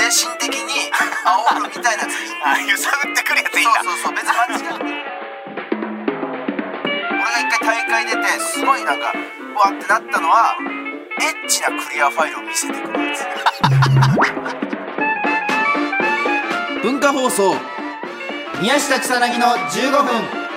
神的に煽るみたいなやついいあ、揺さぶってくるやついいんだ。 そう別に間違って俺が一回大会出てすごいなんかうわってなったのはエッチなクリアファイルを見せてくるやつ文化放送宮下草薙の15分。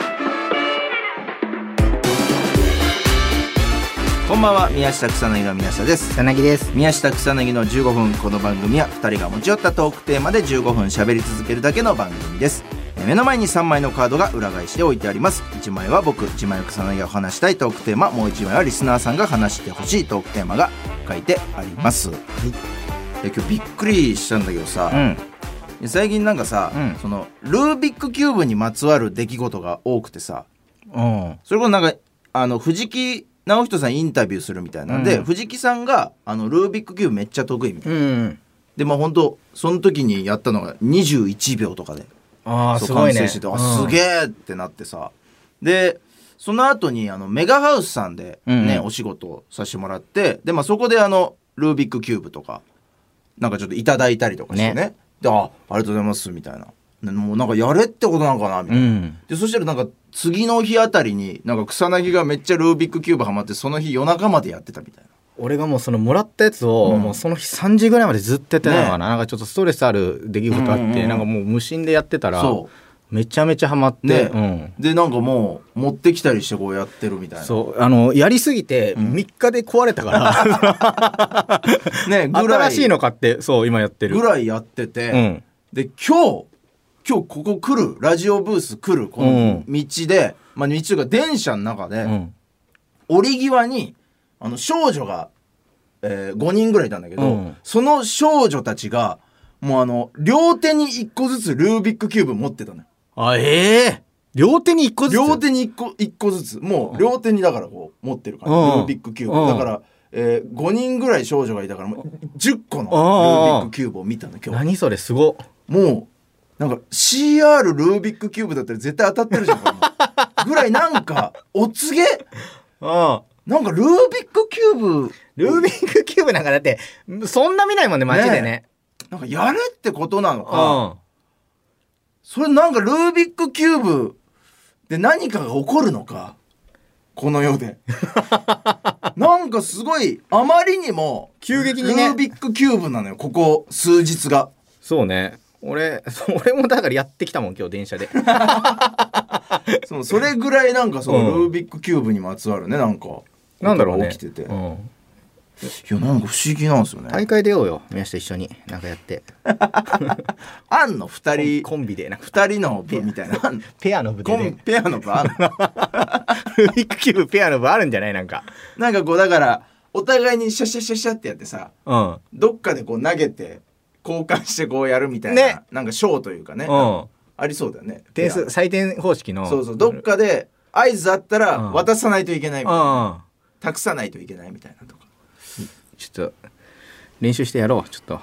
こんばんは、宮下草薙の宮下です。 草薙です。 宮下草薙の15分。この番組は2人が持ち寄ったトークテーマで15分喋り続けるだけの番組です。目の前に3枚のカードが裏返しで置いてあります。1枚は僕、1枚は草薙が話したいトークテーマ、もう1枚はリスナーさんが話してほしいトークテーマが書いてあります、はい、今日びっくりしたんだけどさ、最近なんかさ、そのルービックキューブにまつわる出来事が多くてさ、それこそなんか藤木直人さんインタビューするみたいなんで、藤木さんがルービックキューブめっちゃ得意みたいな、でまあ本当その時にやったのが21秒とかで、 すごいね、 完成してて、すげえってなってさ、でその後にメガハウスさんでね、お仕事をさせてもらって、でまあそこでルービックキューブとかなんかちょっといただいたりとかしてね、でありがとうございますみたいな、もうなんかやれってことなのかなみたいな、でそしたらなんか次の日あたりになんか草薙がめっちゃルービックキューブハマって、その日夜中までやってたみたいな。 俺がもうそのもらったやつを、もうその日3時ぐらいまでずっとやってたのかな、なんかちょっとストレスある出来事あって、なんかもう無心でやってたらめちゃめちゃハマって、 でなんかもう持ってきたりしてこうやってるみたいな。 そうやりすぎて3日で壊れたからね、ぐらい新しいの買って、そう今やってるぐらいやってて、で今日ここ来るラジオブース来るこの道で、まあ道というか電車の中で、降り際に少女が、5人ぐらいいたんだけど、その少女たちがもう両手に1個ずつルービックキューブ持ってたのよ。 両手に1個ずつ、 両手に1個ずつ、もう両手にだからこう持ってる感じ、ルービックキューブだから、5人ぐらい少女がいたから、もう10個のルービックキューブを見たの今日。 何それ、すごっ。 もうなんか CR ルービックキューブだったら絶対当たってるじゃんぐらい、なんかお告げなんかルービックキューブなんかだってそんな見ないもんね、街でね。 なんかやれってことなのか、それなんかルービックキューブで何かが起こるのか、この世でなんかすごいあまりにも急激にね、 ルービックキューブなのよ、ここ数日が。 そうね、俺もだからやってきたもん今日電車でそれぐらいなんかそのルービックキューブにまつわるね、なんかなんだろうね、 起きてて、いやなんか不思議なんですよね。 大会出ようよ、宮下一緒になんかやってあんの2人コンビで 2人の部みたいなペアの部でね、 ペアの部あんのルービックキューブペアの部あるんじゃない？なんかこうだからお互いにシャシャシャシャってやってさ、どっかでこう投げて交換してこうやるみたいな、ね、なんかショーというかね、ありそうだよね。 点数採点方式の、 そうどっかで合図あったら渡さないといけないみたいな、託さないといけないみたいなとか、 ちょっと練習してやろう、ちょっと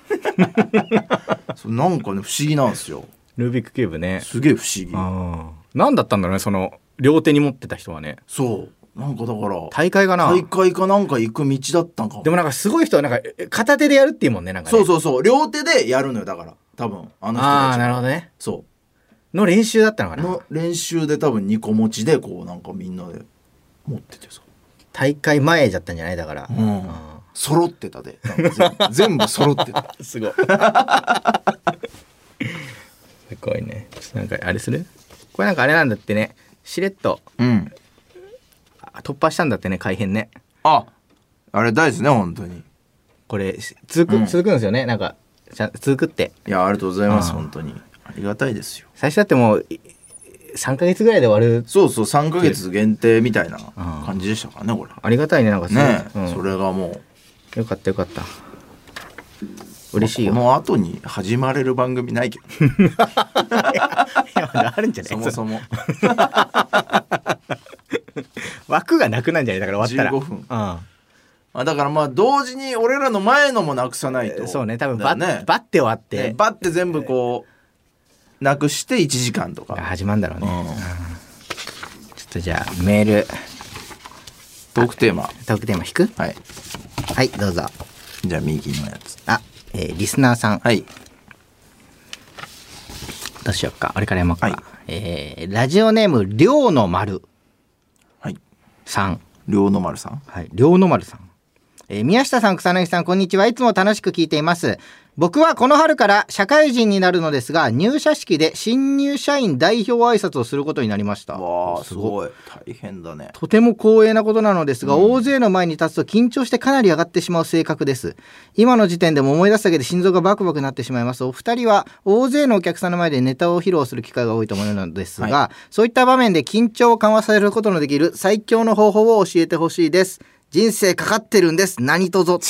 なんかね不思議なんですよ、 ルービックキューブね。 すげえ不思議。 何だったんだろうね、その両手に持ってた人はね。 そうなんかだから大会かなんか行く道だったんかも。 でもなんかすごい人はなんか片手でやるっていうもんね、なんかね。 そう両手でやるのよ、だから多分人たち。 なるほどね。 そうの練習だったのかな。 の練習で多分2個持ちでこうなんかみんなで持っててさ、 大会前だったんじゃない？だから、 揃ってたで全部揃ってたすごいすごいね。なんかあれする？これなんかあれなんだってね、しれっと、突破したんだってね、改編ね。あれ大事ね、本当に。 これ続くんですよね、なんか続くって。 いやありがとうございます、本当にありがたいですよ。 最初だってもう3ヶ月ぐらいで終わる。 そう3ヶ月限定みたいな感じでしたからね、これ。 ありがたいね、なんかね、それがもうよかった嬉しいよ。 この後に始まれる番組ないけどいやあるんじゃない？ そもそも枠がなくなんじゃない？だから終わったら 15分、だからまあ同時に俺らの前のもなくさないと。 そうね、多分バッて終わって、 バッて全部こうなくして1時間とか始まるんだろうね、ちょっとじゃあメールトークテーマ引く？ はいどうぞ。 じゃあ右のやつ。 リスナーさん、 はい、 どうしようか、あれから山か、 はい、 ラジオネーム両の丸さん、 両の丸さん、 はい、両の丸さん、宮下さん、草薙さん、こんにちは。いつも楽しく聞いています。僕はこの春から社会人になるのですが、入社式で新入社員代表挨拶をすることになりました。 わあ、すごい大変だね。 とても光栄なことなのですが、大勢の前に立つと緊張してかなり上がってしまう性格です。今の時点でも思い出すだけで心臓がバクバクなってしまいます。お二人は大勢のお客さんの前でネタを披露する機会が多いと思うのですが、はい、そういった場面で緊張を緩和されることのできる最強の方法を教えてほしいです。人生かかってるんです、何とぞ。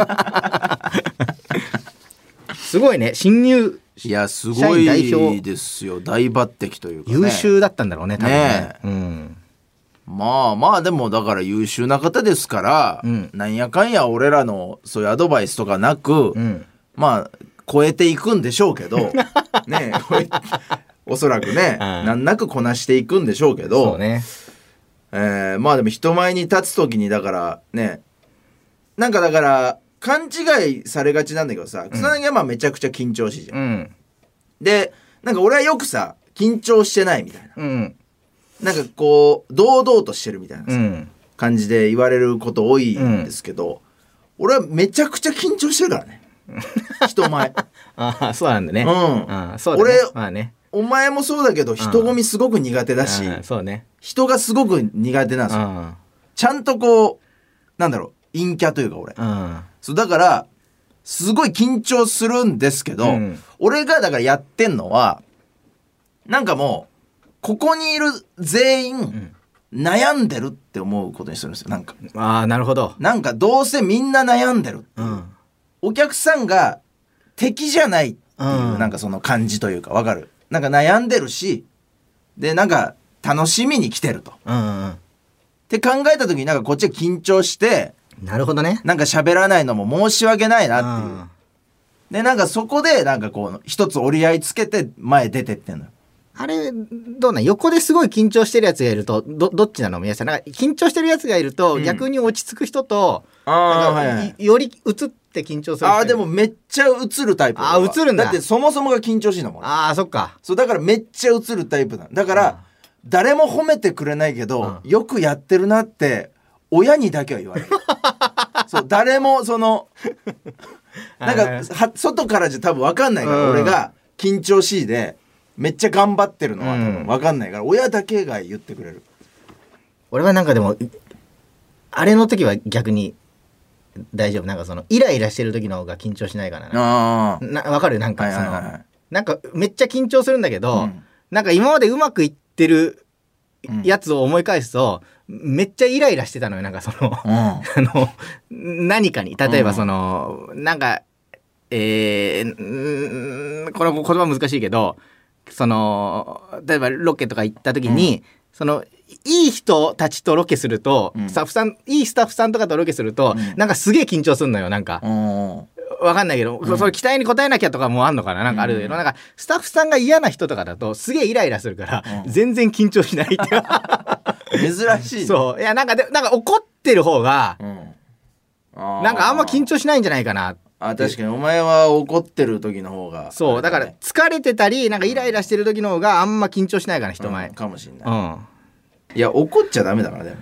すごいね、新入いやすごいですよ、大抜擢というか、ね、 優秀だったんだろうね、多分ね。 まあまあでもだから優秀な方ですから、なんやかんや俺らのそういうアドバイスとかなく、まあ超えていくんでしょうけどね、おそらくね、難なくこなしていくんでしょうけど、 そうね、 まあでも人前に立つ時にだからね、なんかだから勘違いされがちなんだけどさ、草薙はまあめちゃくちゃ緊張しいじゃん、でなんか俺はよくさ緊張してないみたいな、なんかこう堂々としてるみたいなさ、感じで言われること多いんですけど、俺はめちゃくちゃ緊張してるからね人前。 ああ、そうなんだね。 そうだね、俺、まあね、お前もそうだけど人混みすごく苦手だし、 そうね、 人がすごく苦手なんですよ。ちゃんとこうなんだろう、陰キャというか俺、そうだからすごい緊張するんですけど、俺がだからやってんのはなんかもうここにいる全員悩んでるって思うことにするんですよ。なんかなるほど、 なんかどうせみんな悩んでるっていう、お客さんが敵じゃないっていう、なんかその感じというか、わかる、なんか悩んでるし、でなんか楽しみに来てると、って考えた時になんかこっちが緊張して、 なるほどね、 なんか喋らないのも申し訳ないなっていう、でなんかそこでなんかこう一つ折り合いつけて前出てってんのよ。 あれどうなん、横ですごい緊張してるやつがいると どっちなの、宮下。なんか緊張してるやつがいると、逆に落ち着く人と、なんかより映って緊張する人。 でもめっちゃ映るタイプ。 映るんだ。 だってそもそもが緊張しいのもん。 そっか。 そうだからめっちゃ映るタイプなんだから、誰も褒めてくれないけど、よくやってるなって親にだけは言われる。そう誰もそのなんか外からじゃ多分分かんないから、俺が緊張しいでめっちゃ頑張ってるのは多分分かんないから、親だけが言ってくれる。 俺はなんかでもあれの時は逆に大丈夫。なんかそのイライラしてる時の方が緊張しないからな。分かる、なんかその、なんかめっちゃ緊張するんだけど、なんか今までうまくいってるやつを思い返すと、めっちゃイライラしてたのよ。なんかその、何かに、例えばその、なんかこれ言葉難しいけど、その例えばロケとか行った時に、そのいい人たちとロケすると、いいスタッフさんとかとロケすると、なんかすげえ緊張するのよ。なんかわかんないけど、その期待に応えなきゃとかもあんのかな、なんかあるけど、なんかスタッフさんが嫌な人とかだとすげえイライラするから、全然緊張しないって珍しい、ね、 そういや、なんか怒ってる方が、なんかあんま緊張しないんじゃないかな。 確かにお前は怒ってる時の方が、 そうだから疲れてたりなんかイライラしてる時の方があんま緊張しないから、人前、 かもしんない、いや怒っちゃダメだからね。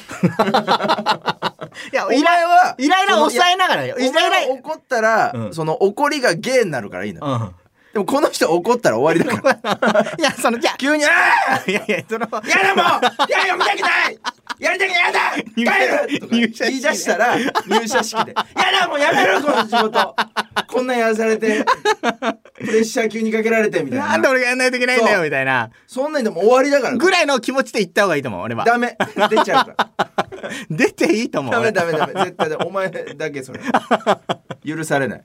いや、イライラ抑えながらよ。 イライラ怒ったら、その怒りが芸になるからいいの、でもこの人怒ったら終わりだからいや、その急にいやそのやだもういや読みたくないやりたくないやだ帰るとか言い出したら入社式でやだもうやめろこの仕事こんなんやらされてプレッシャー急にかけられてみたいな、 なんで俺がやんないといけないんだよみたいな、 そんなんでも終わりだからぐらいの気持ちで言った方がいいと思う。俺はダメ出ちゃうから出ていいと思う。 ダメ絶対だ、お前だけそれ許されない。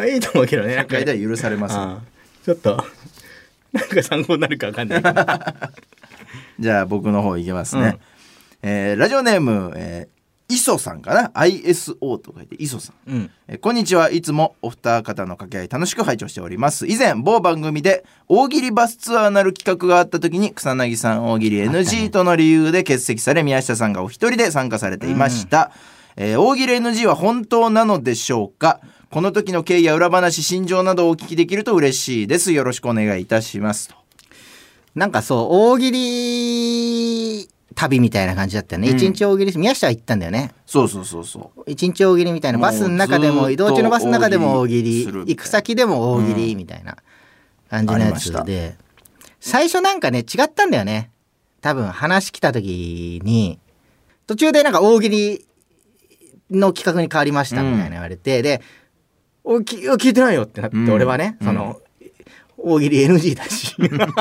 いいと思うけどね、 なんか許されますよ。 ちょっとなんか参考になるか分かんないじゃあ僕の方いきますね、ラジオネーム、磯さんかな、 ISO と書いて磯さん、こんにちは。いつもお二方の掛け合い楽しく拝聴しております。以前某番組で大喜利バスツアーなる企画があった時に草薙さん大喜利 NG との理由で欠席され、宮下さんがお一人で参加されていました。大喜利 NG は本当なのでしょうか。 この時の経緯や裏話、心情などをお聞きできると嬉しいです。よろしくお願いいたしますと。 なんかそう大喜利旅みたいな感じだったよね。一日大喜利、宮下は行ったんだよね。 そう一日大喜利みたいな、バスの中でも移動中のバスの中でも大喜利、行く先でも大喜利みたいな感じのやつで、最初なんかね違ったんだよね。多分話来た時に途中でなんか大喜利の企画に変わりましたみたいな言われて、で聞いてないよってなって、俺はねその大喜利 NG だし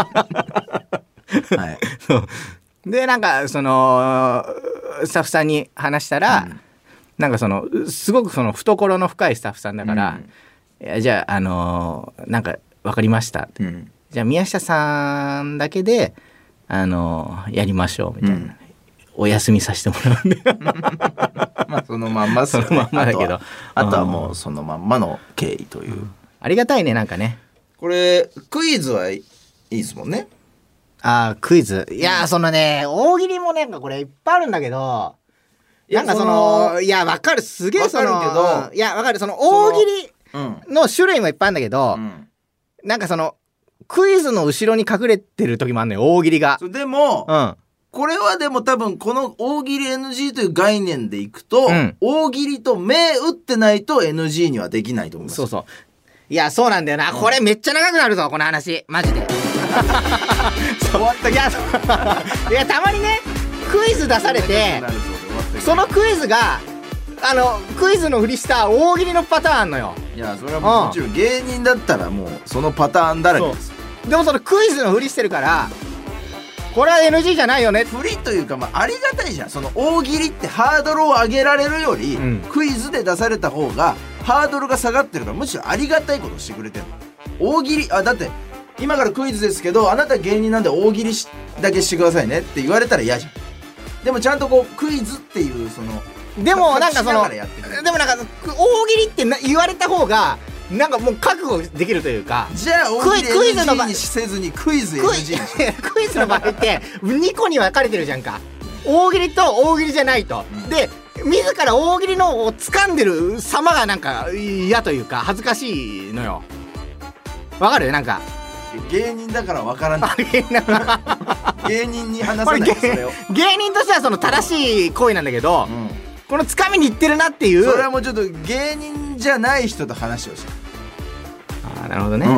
はい、 そうでなんかそのスタッフさんに話したら、なんかそのすごくその懐の深いスタッフさんだから、いやじゃあなんか分かりました、じゃあ宮下さんだけでやりましょうみたいな、お休みさせてもらうんでまあそのまんま、 そのまんまだけど、 あとはもうそのまんまの経緯という、 ありがたいね。なんかねこれクイズはいいですもんね。 クイズ、いやそのね大喜利もなんかこれいっぱいあるんだけど、なんかそのいやわかる、すげえそのわかるけど、 いやわかる、その大喜利の種類もいっぱいあるんだけど、なんかそのクイズの後ろに隠れてる時もあるのよ、大喜利が。 でも、これはでも多分この大喜利 NG という概念でいくと、大喜利と目打ってないと NG にはできないと思います。 そういやそうなんだよな、これめっちゃ長くなるぞこの話マジで終わったいやたまにねクイズ出されて、そのクイズがクイズのふりした大喜利のパターンあんのよ。 いやそれはもちろん芸人だったらもうそのパターンだらけです。 でもそのクイズのふりしてるからこれは NG じゃないよね。 ふりというか、ありがたいじゃん。その大喜利ってハードルを上げられるより、クイズで出された方がハードルが下がってるから、むしろありがたいことをしてくれてるの。大喜利だって今からクイズですけど、あなた芸人なんで大喜利だけしてくださいねって言われたら嫌じゃん。でもちゃんとこうクイズっていうそのでもなんかそのでもなんか大喜利って言われた方がなんかもう覚悟できるというか、 じゃあ大喜利 NG にせずにクイズ NG にしてクイズの場合って2個に分かれてるじゃんか。大喜利と大喜利じゃないと、で自ら大喜利のを掴んでる様がなんか嫌というか恥ずかしいのよ。わかる？なんか芸人だから分からない芸人に話さないそれを。 芸人としてはその正しい行為なんだけど、この掴みにいってるなっていう。 それはもうちょっと芸人じゃない人と話をして。 なるほどね、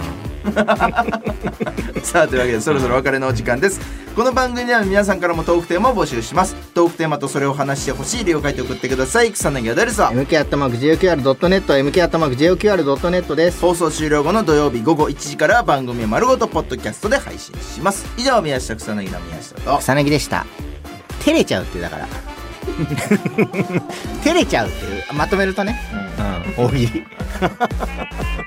さあというわけでそろそろお別れのお時間です。この番組では皆さんからもトークテーマを募集します。トークテーマとそれを話してほしい理由を書いて送ってください。草薙アドレスは mk@joqr.net mk@joqr.net です。 放送終了後の土曜日午後1時から番組を丸ごとポッドキャストで配信します。以上宮下草薙の宮下と草薙でした。照れちゃうってだから照れちゃうっていうまとめるとね、大喜利